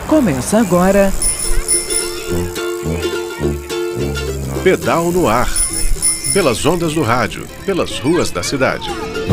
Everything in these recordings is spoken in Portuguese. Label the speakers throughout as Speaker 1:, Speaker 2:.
Speaker 1: Começa agora.
Speaker 2: Pedal no ar. Pelas ondas do rádio, pelas ruas da cidade.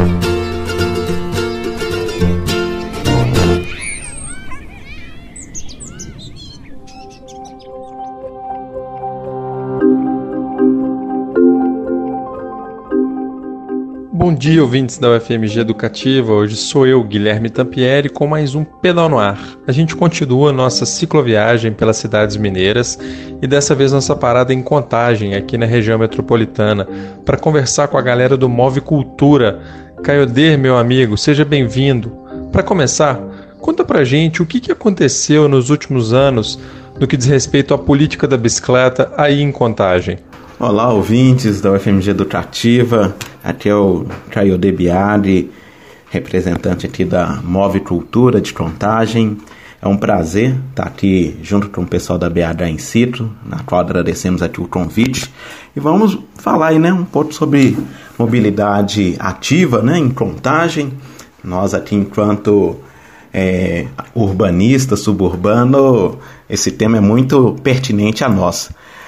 Speaker 3: Bom dia, ouvintes da UFMG Educativa. Hoje sou eu, Guilherme Tampieri, com mais um Pedal no Ar. A gente continua nossa cicloviagem pelas cidades mineiras e dessa vez nossa parada em Contagem, aqui na região metropolitana, para conversar com a galera do Move Cultura. Caiodê, meu amigo, seja bem-vindo. Para começar, conta pra gente o que aconteceu nos últimos anos no que diz respeito à política da bicicleta aí em Contagem.
Speaker 4: Olá, ouvintes da UFMG Educativa, aqui é o Caiodê Biadi, representante aqui da Move Cultura de Contagem. É um prazer estar aqui junto com o pessoal da BH em situ, na qual agradecemos aqui o convite. E vamos falar aí, um pouco sobre mobilidade ativa, em Contagem. Nós aqui, enquanto urbanista, suburbano, esse tema é muito pertinente a nós.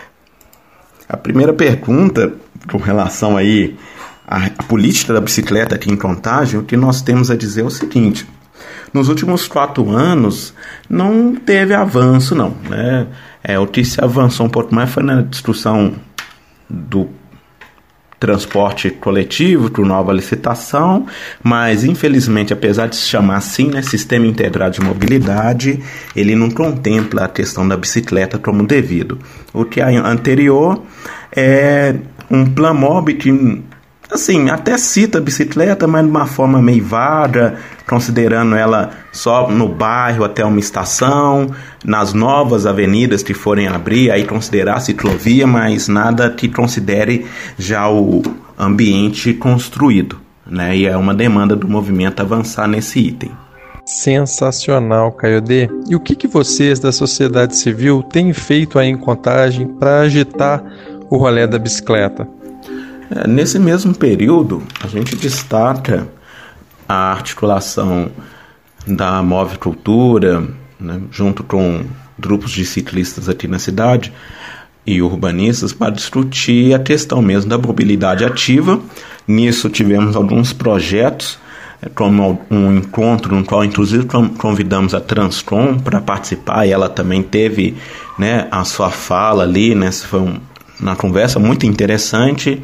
Speaker 4: A primeira pergunta, com relação aí à política da bicicleta aqui em Contagem, o que nós temos a dizer é o seguinte: nos últimos 4 anos não teve avanço, não. O que se avançou um pouco mais foi na discussão do transporte coletivo, com nova licitação, mas infelizmente, apesar de se chamar assim, Sistema Integrado de Mobilidade, ele não contempla a questão da bicicleta como devido. O que é anterior é um Plan Mob que, assim, até cita a bicicleta, mas de uma forma meio vaga, considerando ela só no bairro até uma estação, nas novas avenidas que forem abrir, aí considerar a ciclovia, mas nada que considere já o ambiente construído, E é uma demanda do movimento avançar nesse item.
Speaker 3: Sensacional, Caiodê. E o que vocês da sociedade civil têm feito aí em Contagem para agitar o rolê da bicicleta?
Speaker 4: Nesse mesmo período, a gente destaca a articulação da Move Cultura, junto com grupos de ciclistas aqui na cidade e urbanistas, para discutir a questão mesmo da mobilidade ativa. Nisso tivemos alguns projetos, como um encontro no qual inclusive convidamos a Transcom para participar, e ela também teve a sua fala ali, foi uma conversa muito interessante.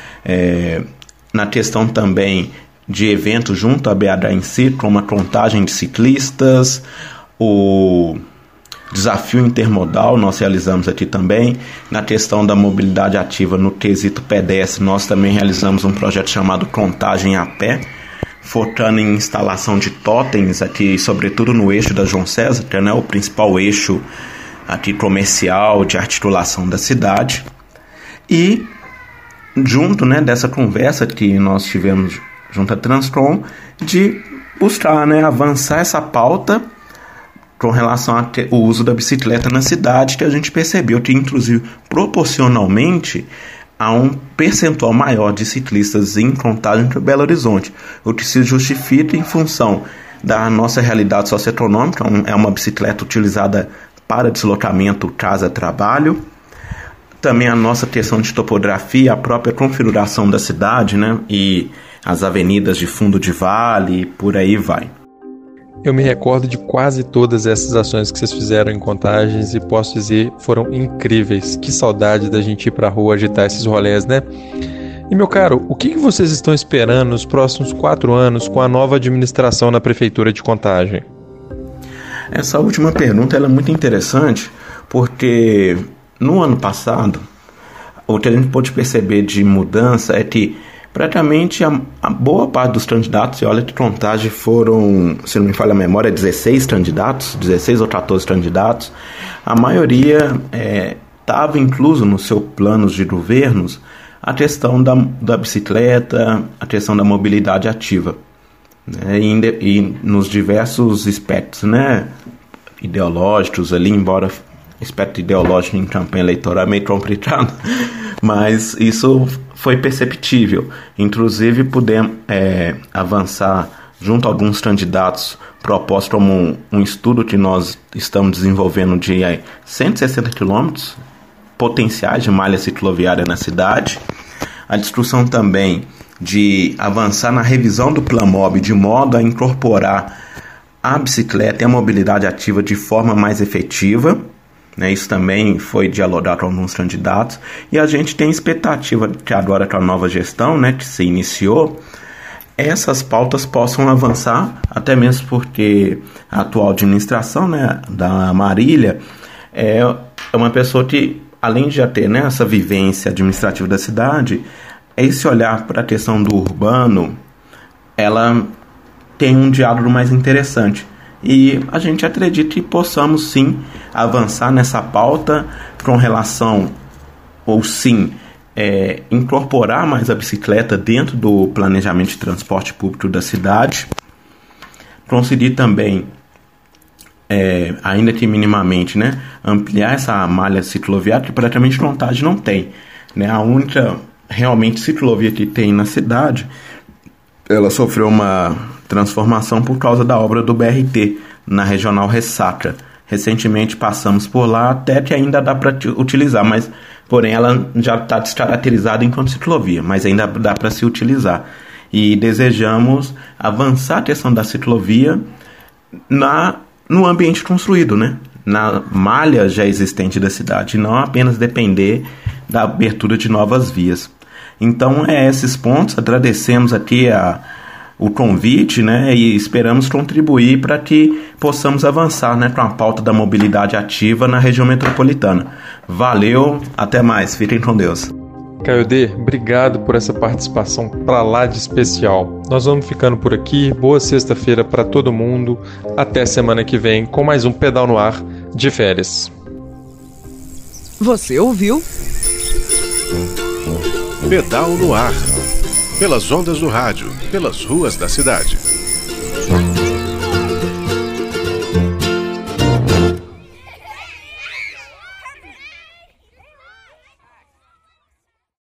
Speaker 4: Na questão também de eventos junto à BH em si, como a contagem de ciclistas, o desafio intermodal nós realizamos aqui também. Na questão da mobilidade ativa no quesito pedestre, nós também realizamos um projeto chamado Contagem a Pé, focando em instalação de totens aqui, sobretudo no eixo da João César, que é o principal eixo aqui comercial de articulação da cidade. E junto dessa conversa que nós tivemos junto à Transcom, de buscar avançar essa pauta com relação ao uso da bicicleta na cidade, que a gente percebeu que, inclusive, proporcionalmente, há um percentual maior de ciclistas em Contagem que Belo Horizonte, o que se justifica em função da nossa realidade socioeconômica. É uma bicicleta utilizada para deslocamento casa-trabalho. Também a nossa questão de topografia, a própria configuração da cidade, e as avenidas de fundo de vale, e por aí vai.
Speaker 3: Eu me recordo de quase todas essas ações que vocês fizeram em Contagens e posso dizer, foram incríveis. Que saudade da gente ir pra rua agitar esses rolés, E meu caro, o que vocês estão esperando nos próximos 4 anos com a nova administração na Prefeitura de Contagem?
Speaker 4: Essa última pergunta ela é muito interessante, porque no ano passado, o que a gente pôde perceber de mudança é que praticamente a boa parte dos candidatos, e olha que Contagem foram, se não me falha a memória, 16 candidatos, 16 ou 14 candidatos, a maioria estava incluso nos seus planos de governos a questão da bicicleta, a questão da mobilidade ativa, e nos diversos aspectos ideológicos ali, embora aspecto ideológico em campanha eleitoral é meio complicado, mas isso foi perceptível. Inclusive pudemos avançar junto a alguns candidatos proposto como um estudo que nós estamos desenvolvendo de 160 quilômetros potenciais de malha cicloviária na cidade. A discussão também de avançar na revisão do Planmob de modo a incorporar a bicicleta e a mobilidade ativa de forma mais efetiva. Isso também foi dialogado com alguns candidatos. E a gente tem expectativa que agora com a nova gestão, que se iniciou, essas pautas possam avançar, até mesmo porque a atual administração da Marília é uma pessoa que, além de já ter essa vivência administrativa da cidade, esse olhar para a questão do urbano, ela tem um diálogo mais interessante. E a gente acredita que possamos sim avançar nessa pauta com relação, ou sim, incorporar mais a bicicleta dentro do planejamento de transporte público da cidade. Conseguir também, ainda que minimamente, ampliar essa malha cicloviária que praticamente Contagem não tem. A única realmente ciclovia que tem na cidade, ela sofreu uma transformação por causa da obra do BRT na Regional Ressaca. Recentemente passamos por lá, até que ainda dá para utilizar, mas porém ela já está descaracterizada enquanto ciclovia, mas ainda dá para se utilizar. E desejamos avançar a questão da ciclovia no ambiente construído, na malha já existente da cidade, não apenas depender da abertura de novas vias. Então, esses pontos, agradecemos aqui o convite, e esperamos contribuir para que possamos avançar, com a pauta da mobilidade ativa na região metropolitana. Valeu, até mais, fiquem com Deus.
Speaker 3: Caio D, obrigado por essa participação pra lá de especial. Nós vamos ficando por aqui, boa sexta-feira para todo mundo, até semana que vem com mais um Pedal no Ar de férias.
Speaker 1: Você ouviu?
Speaker 2: Pedal no Ar. Pelas ondas do rádio, pelas ruas da cidade.